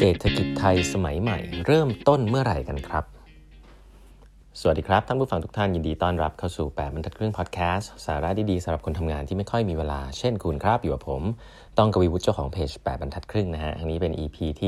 เศรษฐกิจไทยสมัยใหม่เริ่มต้นเมื่อไหร่กันครับสวัสดีครับท่านผู้ฟังทุกท่านยินดีต้อนรับเข้าสู่8บรรทัดครึ่งพอดแคสต์สาระดีๆสำหรับคนทำงานที่ไม่ค่อยมีเวลาเช่นคุณครับอยู่กับผมต้องกวีวุฒิเจ้าของเพจ8บรรทัดครึ่งนะฮะอันนี้เป็น EP ที่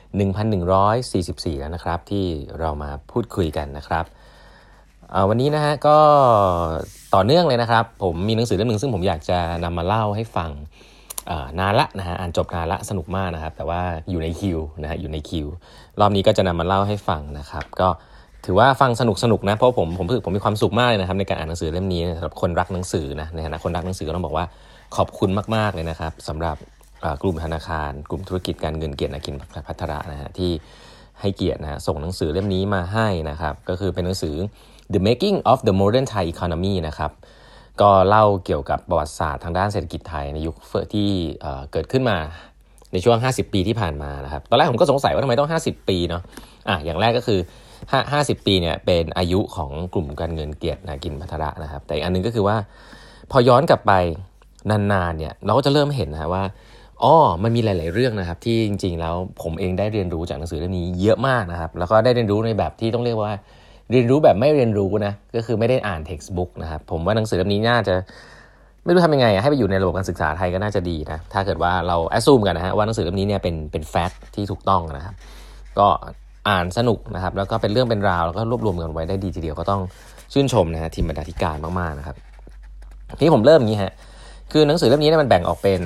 1144แล้วนะครับที่เรามาพูดคุยกันนะครับวันนี้นะฮะก็ต่อเนื่องเลยนะครับผมมีหนังสือเล่มนึงซึ่งผมอยากจะนำมาเล่าให้ฟังนานละนะฮะอ่านจบนานละสนุกมากนะครับแต่ว่าอยู่ในคิวนะฮะอยู่ในคิวรอบนี้ก็จะนำมาเล่าให้ฟังนะครับก็ถือว่าฟังสนุกนะเพราะผมรู้สึกผมมีความสุขมากเลยนะครับในการอ่านหนังสือเล่มนี้สำหรับคนรักหนังสือนะในฐานะคนรักหนังสือก็ต้องบอกว่าขอบคุณมากๆเลยนะครับสำหรับกลุ่มธนาคารกลุ่มธุรกิจการเงินเกียรตินาคินภัทระนะฮะที่ให้เกียรตินะฮะส่งหนังสือเล่มนี้มาให้นะครับก็คือเป็นหนังสือ The Making of the Modern Thai Economy นะครับก็เล่าเกี่ยวกับประวัติศาสตร์ทางด้านเศรษฐกิจไทยในยุคที่เกิดขึ้นมาในช่วง50ปีที่ผ่านมานะครับตอนแรกผมก็สงสัยว่าทำไมต้อง50ปีเนาะอย่างแรกก็คือ50ปีเนี่ยเป็นอายุของกลุ่มการเงินเกียรตินาคินภัทระนะครับแต่อีกอันนึงก็คือว่าพอย้อนกลับไปนานๆเนี่ยเราก็จะเริ่มเห็นนะว่ามันมีหลายๆเรื่องนะครับที่จริงๆแล้วผมเองได้เรียนรู้จากหนังสือเล่มนี้เยอะมากนะครับแล้วก็ได้เรียนรู้ในแบบที่ต้องเรียกว่าเรียนรู้แบบไม่เรียนรู้นะก็คือไม่ได้อ่าน textbook นะครับผมว่าหนังสือเล่มนี้น่าจะไม่รู้ทำยังไงให้ไปอยู่ในระบบการศึกษาไทยก็น่าจะดีนะถ้าเกิดว่าเรา assume กันนะฮะว่าหนังสือเล่มนี้เนี่ยเป็น fact ที่ถูกต้องนะครับก็อ่านสนุกนะครับแล้วก็เป็นเรื่องเป็นราวแล้วก็รวบรวมกันไว้ได้ดีทีเดียวก็ต้องชื่นชมนะฮะทีมบรรณาธิการมากๆนะครับที่ผมเริ่มอย่างนี้ฮะคือหนังสือเล่มนี้เนี่ยมันแบ่งออกเป็น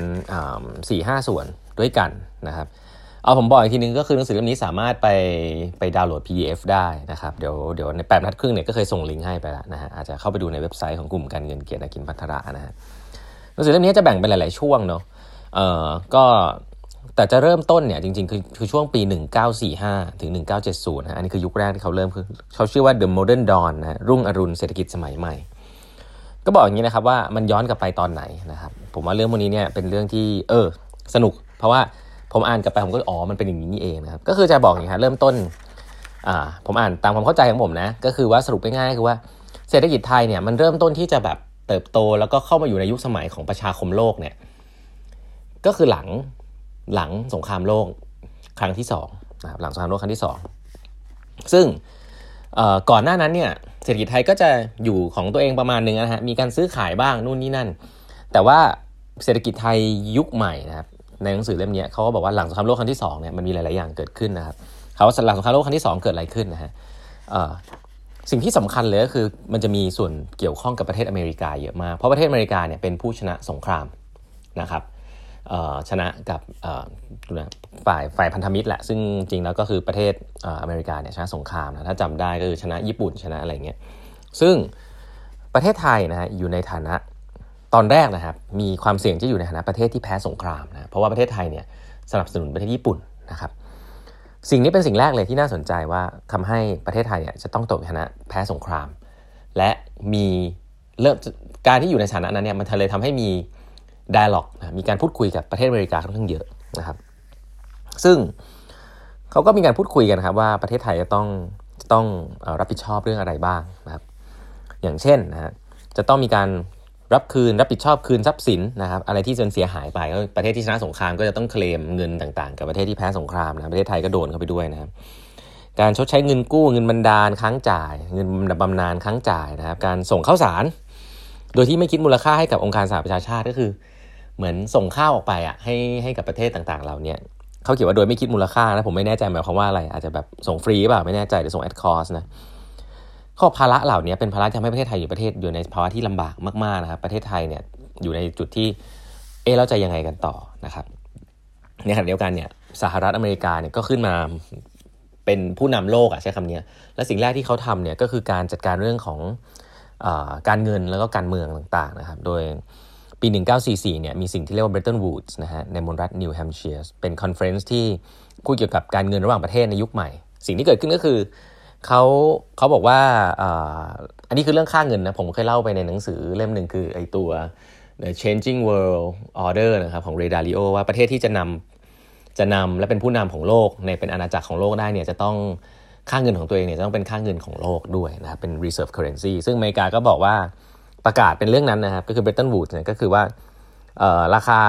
4-5 ส่วนด้วยกันนะครับผมบอกอีกทีนึงก็คือหนังสือเล่มนี้สามารถไปดาวน์โหลด PDF ได้นะครับเดี๋ยวใน8 บรรทัดครึ่งเนี่ยก็เคยส่งลิงก์ให้ไปแล้วนะฮะอาจจะเข้าไปดูในเว็บไซต์ของกลุ่มการเงินเกียรตินาคินภัทระนะฮะหนังสือเล่มนี้จะแบ่งเป็นหลายๆช่วงเนาะก็แต่จะเริ่มต้นเนี่ยจริงๆคือช่วงปี1945ถึง1970นะอันนี้คือยุคแรกที่เขาเริ่มคือเขาชื่อว่า The Modern Dawn นะรุ่งอรุณเศรษฐกิจสมัยใหม่ก็บอกอย่างนี้นะครับว่ามันย้อนกลับไปตอนไหนนะครับผมว่าเรื่องพวกนี้เนี่ยเป็นเรื่องที่สนุกเพราะว่าผมอ่านกลับไปผมก็มันเป็นอย่างนี้นี่เองนะครับก็คือจะบอกอย่างนี้ครับเริ่มต้นผมอ่านตามความเข้าใจของผมนะก็คือว่าสรุปง่ายๆคือว่าเศรษฐกิจไทยเนี่ยมันเริ่มต้นที่จะแบบเติบโตแล้วก็เข้ามาอยู่ในยุคสมัยของประชาคมโลกเนี่ยก็คือหลังสงครามโลกครั้งที่2นะครับหลังสงครามโลกครั้งที่2ซึ่งก่อนหน้านั้นเนี่ยเศรษฐกิจไทยก็จะอยู่ของตัวเองประมาณนึงนะฮะมีการซื้อขายบ้างนู่นนี่นั่นแต่ว่าเศรษฐกิจไทยยุคใหม่นะครับในหนังสือเล่มนี้เขาก็บอกว่าหลังสงครามโลกครั้งที่2เนี่ยมันมีหลายๆอย่างเกิดขึ้นนะครับเขาหลังสงครามโลกครั้งที่2เกิดอะไรขึ้นนะฮะสิ่งที่สำคัญเลยก็คือมันจะมีส่วนเกี่ยวข้องกับประเทศอเมริกาเยอะมากเพราะประเทศอเมริกาเนี่ยเป็นผู้ชนะสงครามนะครับชนะกับฝ่ายพันธมิตรแหละซึ่งจริงแล้วก็คือประเทศอเมริกาเนี่ยชนะสงครามนะถ้าจำได้ก็คือชนะญี่ปุ่นชนะอะไรเงี้ยซึ่งประเทศไทยนะฮะอยู่ในฐานะตอนแรกนะครับมีความเสี่ยงที่อยู่ในฐานะประเทศที่แพ้สงครามนะเพราะว่าประเทศไทยเนี่ยสนับสนุนประเทศญี่ปุ่นนะครับสิ่งนี้เป็นสิ่งแรกเลยที่น่าสนใจว่าทำให้ประเทศไทยเนี่ยจะต้องตกในฐานะแพ้สงครามและมีการที่อยู่ในฐานะนั้นเนี่ยมันเลยทำให้มีdialogue นะมีการพูดคุยกับประเทศอเมริกาค่อนข้างเยอะนะครับซึ่งเขาก็มีการพูดคุยกันครับว่าประเทศไทยจะต้องรับผิดชอบเรื่องอะไรบ้างนะครับอย่างเช่นนะฮะจะต้องมีการรับผิดชอบคืนทรัพย์สินนะครับอะไรที่จนเสียหายไปก็ประเทศที่ชนะสงครามก็จะต้องเคลมเงินต่างๆกับประเทศที่แพ้สงครามนะประเทศไทยก็โดนเข้าไปด้วยนะครับการชดใช้เงินกู้เงินบรรดาลค้างจ่ายเงินบำนาญค้างจ่ายนะครับการส่งข้าวสารโดยที่ไม่คิดมูลค่าให้กับองค์การสหประชาชาติก็คือเหมือนส่งข้าวออกไปให้กับประเทศต่างๆเราเนี่ยเขาเขียนว่าโดยไม่คิดมูลค่านะผมไม่แน่ใจหมายความว่าอะไรอาจจะแบบส่งฟรีหรือเปล่าไม่แน่ใจหรือส่ง at cost นะข้อภาระเหล่านี้เป็นภาระที่ทำให้ประเทศไทยอยู่ในภาวะที่ลำบากมากๆนะครับประเทศไทยเนี่ยอยู่ในจุดที่เราจะยังไงกันต่อนะครับในขณะเดียวกันเนี่ยสหรัฐอเมริกาเนี่ยก็ขึ้นมาเป็นผู้นำโลกใช้คำนี้และสิ่งแรกที่เขาทำเนี่ยก็คือการจัดการเรื่องของการเงินแล้วก็การเมืองต่างๆนะครับโดยปี1944เนี่ยมีสิ่งที่เรียกว่า Bretton Woods นะฮะในมณฑลรัฐนิวแฮมป์เชียร์เป็นคอนเฟอเรนซ์ที่คุยเกี่ยวกับการเงินระหว่างประเทศในยุคใหม่สิ่งที่เกิดขึ้นก็คือเขาบอกว่าอันนี้คือเรื่องค่าเงินนะผมเคยเล่าไปในหนังสือเล่มหนึ่งคือไอตัว The Changing World Order นะครับของ Ray Dalio ว่าประเทศที่จะนำและเป็นผู้นำของโลกในเป็นอาณาจักรของโลกได้เนี่ยจะต้องค่าเงินของตัวเองเนี่ยจะต้องเป็นค่าเงินของโลกด้วยนะครับเป็น reserve currency ซึ่งอเมริกาก็บอกว่าประกาศเป็นเรื่องนั้นนะครับก็คือ Bretton Woods เนี่ยก็คือว่าราคา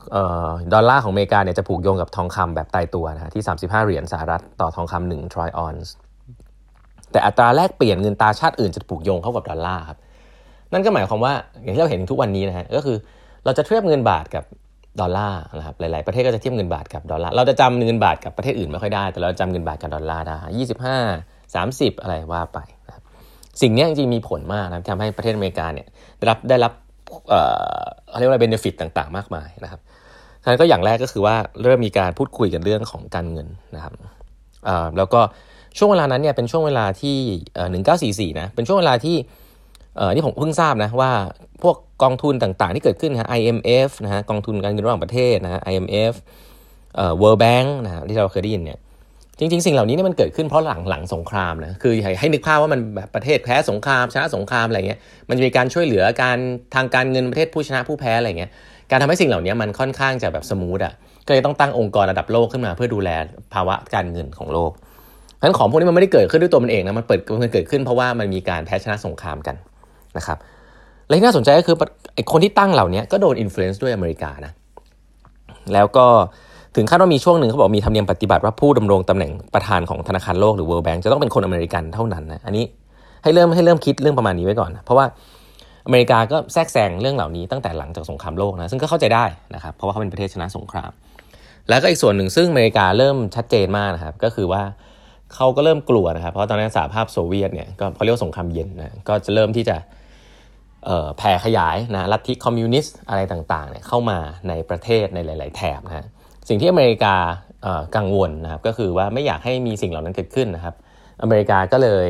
ดอลลาร์ของอเมริกาเนี่ยจะผูกโยงกับทองคำแบบตายตัวนะที่$35ต่อทองคำ1 troy ounce แต่อัตราแลกเปลี่ยนเงินตราชาติอื่นจะผูกโยงเข้ากับดอลลาร์ครับนั่นก็หมายความว่าอย่างที่เราเห็นทุกวันนี้นะฮะก็คือเราจะเทียบเงินบาทกับดอลลาร์นะครับหลายๆประเทศก็จะเทียบเงินบาทกับดอลลาร์เราจะจำเงินบาทกับประเทศอื่นไม่ค่อยได้แต่เราจำเงินบาทกับดอลลาร์ได้25 30อะไรว่าไปนะครับสิ่งนี้จริงๆมีผลมากนะทำให้ประเทศอเมริกาเนี่ยได้รับเขาเรียกว่าเบเนฟิตต่างๆมากมายนะครับฉะนั้นก็อย่างแรกก็คือว่าเริ่มมีการพูดคุยกันเรื่องของการเงินนะครับแล้วก็ช่วงเวลานั้นเนี่ยเป็นช่วงเวลาที่1944นะเป็นช่วงเวลาที่ผมเพิ่งทราบนะว่าพวกกองทุนต่างๆที่เกิดขึ้นนะ IMF นะฮะกองทุนการเงินระหว่างประเทศนะฮะ IMF World Bank นะฮะที่เราเคยได้ยินเนี่ยจริงๆสิ่งเหล่านี้เนี่ยมันเกิดขึ้นเพราะหลังสงครามนะคือให้นึกภาพว่ามันแบบประเทศแพ้สงครามชนะสงครามอะไรเงี้ยมันจะมีการช่วยเหลือการทางการเงินประเทศผู้ชนะผู้แพ้อะไรเงี้ยการทำให้สิ่งเหล่านี้มันค่อนข้างจะแบบสมูทอ่ะก็เลยต้องตั้งองค์กรระดับโลกขึ้นมาเพื่อดูแลภาวะการเงินของโลกเพราะฉะนั้นของพวกนี้มันไม่ได้เกิดขึ้นด้วยตัวมันเองนะมันเกิดขึ้นเพราะว่ามันมีการแพ้ชนะสงครามกันนะครับและที่น่าสนใจก็คือไอ้คนที่ตั้งเหล่านี้ก็โดนอิทธิพลด้วยอเมริกานะแล้วก็ถึงขั้นว่ามีช่วงหนึ่งเขาบอกมีธรรมเนียมปฏิบัติว่าผู้ดำรงตำแหน่งประธานของธนาคารโลกหรือ World Bank จะต้องเป็นคนอเมริกันเท่านั้นนะอันนี้ให้เริ่มคิดเรื่องประมาณนี้ไว้ก่อนนะเพราะว่าอเมริกาก็แทรกแซงเรื่องเหล่านี้ตั้งแต่หลังจากสงครามโลกนะซึ่งก็เข้าใจได้นะครับเพราะว่าเขาเป็นประเทศชนะสงครามแล้วก็อีกส่วนหนึ่งซึ่งอเมริกาเริ่มชัดเจนมากนะครับก็คือว่าเขาก็เริ่มกลัวนะครับเพราะตอนนั้นสหภาพโซเวียตเนี่ยก็เขาเรียกว่าสงครามเย็นนะก็จะเริ่มที่จะแผ่ขยายนะลัทธิคอมมิวนิสต์อะไรต่างๆเนี่ยเข้ามาในประเทศในหลายๆแถบนะฮะสิ่งที่อเมริกากังวลนะครับก็คือว่าไม่อยากให้มีสิ่งเหล่านั้นเกิดขึ้นนะครับอเมริกาก็เลย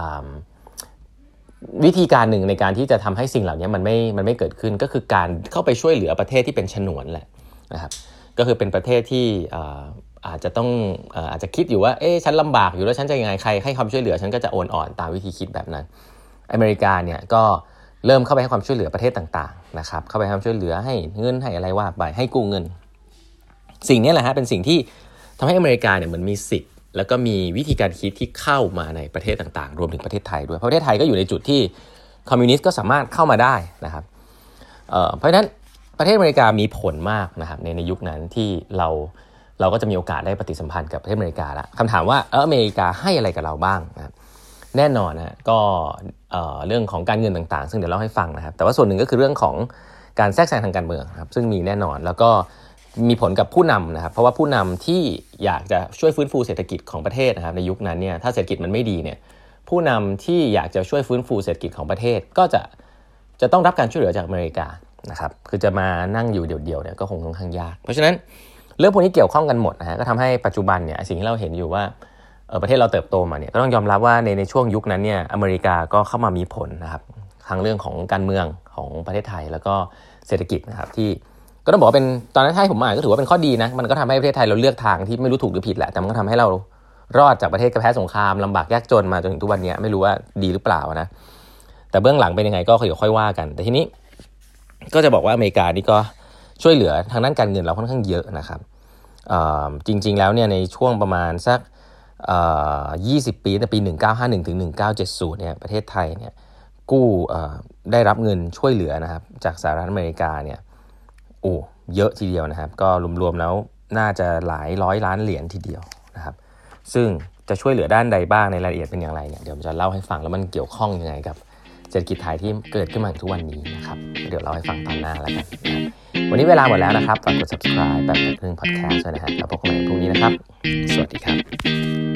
วิธีการหนึ่งในการที่จะทำให้สิ่งเหล่านี้มันไม่เกิดขึ้นก็คือการเข้าไปช่วยเหลือประเทศที่เป็นฉนวนแหละนะครับก็คือเป็นประเทศที่อาจจะคิดอยู่ว่าฉันลำบากอยู่แล้วฉันจะยังไงใครให้ความช่วยเหลือฉันก็จะโอนอ่อนตามวิธีคิดแบบนั้นอเมริกาเนี่ยก็เริ่มเข้าไปให้ความช่วยเหลือประเทศต่างๆนะครับเข้าไปให้ความช่วยเหลือให้เงินให้อะไรว่าไปให้กู้เงินสิ่งนี้แหละฮะเป็นสิ่งที่ทำให้อเมริกาเนี่ยเหมือนมีสิทธิ์แล้วก็มีวิธีการคิดที่เข้ามาในประเทศต่างๆรวมถึงประเทศไทยด้วยเพราะประเทศไทยก็อยู่ในจุดที่คอมมิวนิสต์ก็สามารถเข้ามาได้นะครับเพราะฉะนั้นประเทศอเมริกามีผลมากนะครับในยุคนั้นที่เราก็จะมีโอกาสได้ปฏิสัมพันธ์กับประเทศอเมริกาแล้วคำถามว่าอเมริกาให้อะไรกับเราบ้างนะครับแน่นอนนะก็เรื่องของการเงินต่างๆซึ่งเดี๋ยวเล่าให้ฟังนะครับแต่ว่าส่วนหนึ่งก็คือเรื่องของการแทรกแซงทางการเมืองครับซึ่งมีแน่นอนแล้วก็มีผลกับผู้นำนะครับเพราะว่าผู้นำที่อยากจะช่วยฟื้นฟูเศรษฐกิจของประเทศนะครับในยุคนั้นเนี่ยถ้าเศรษฐกิจมันไม่ดีเนี่ยผู้นำที่อยากจะช่วยฟื้นฟูเศรษฐกิจของประเทศก็จะต้องรับการช่วยเหลือจากอเมริกานะครับคือจะมานั่งอยู่เดี่ยวๆเนี่ยก็คงค่อนข้างยากเพราะฉะนั้นเรื่องพวกนี้เกี่ยวข้องกันหมดนะฮะก็ทำให้ปัจจุบันเนี่ยสิ่งที่เราเห็นอยู่ว่าประเทศเราเติบโตมาเนี่ยก็ต้องยอมรับว่าในช่วงยุคนั้นเนี่ยอเมริกาก็เข้ามามีผลนะครับทั้งเรื่องของการเมืองของประเทศไทยแล้วก็เศรษฐกิจนะครับที่ก็ต้องบอกว่าเป็นตอนนั้นให้ผมอ่านก็ถือว่าเป็นข้อดีนะมันก็ทำให้ประเทศไทยเราเลือกทางที่ไม่รู้ถูกหรือผิดแหละแต่มันก็ทำให้เรารอดจากประเทศแพ้สงครามลำบากยากจนมาจนถึงทุกวันนี้ไม่รู้ว่าดีหรือเปล่านะแต่เบื้องหลังเป็นยังไงก็ค่อยว่ากันแต่ทีนี้ก็จะบอกว่าอเมริกานี่ก็ช่วยเหลือทางด้านการเงินเราค่อนข้างเยอะนะครับจริงๆแล้วเนี่ยในช่วงประมาณสัก20 ปีในปี1951ถึง1970เนี่ยประเทศไทยเนี่ยกู้ได้รับเงินช่วยเหลือนะครับจากสหรัฐอเมริกาเนี่ยเยอะทีเดียวนะครับก็รวมๆแล้วน่าจะหลายร้อยล้านเหรียญทีเดียวนะครับซึ่งจะช่วยเหลือด้านใดบ้างในรายละเอียดเป็นอย่างไรเนี่ยเดี๋ยวผมจะเล่าให้ฟังแล้วมันเกี่ยวข้องยังไงกับเศรษฐกิจไทยที่เกิดขึ้นมาถึงทุกวันนี้นะครับเดี๋ยวเล่าให้ฟังตอนหน้าแล้วกันนะวันนี้เวลาหมดแล้วนะครับฝากกด subscribe แบบครึ่ง podcast ด้วยนะฮะแล้วพบกันใหม่พรุ่งนี้นะครับสวัสดีครับ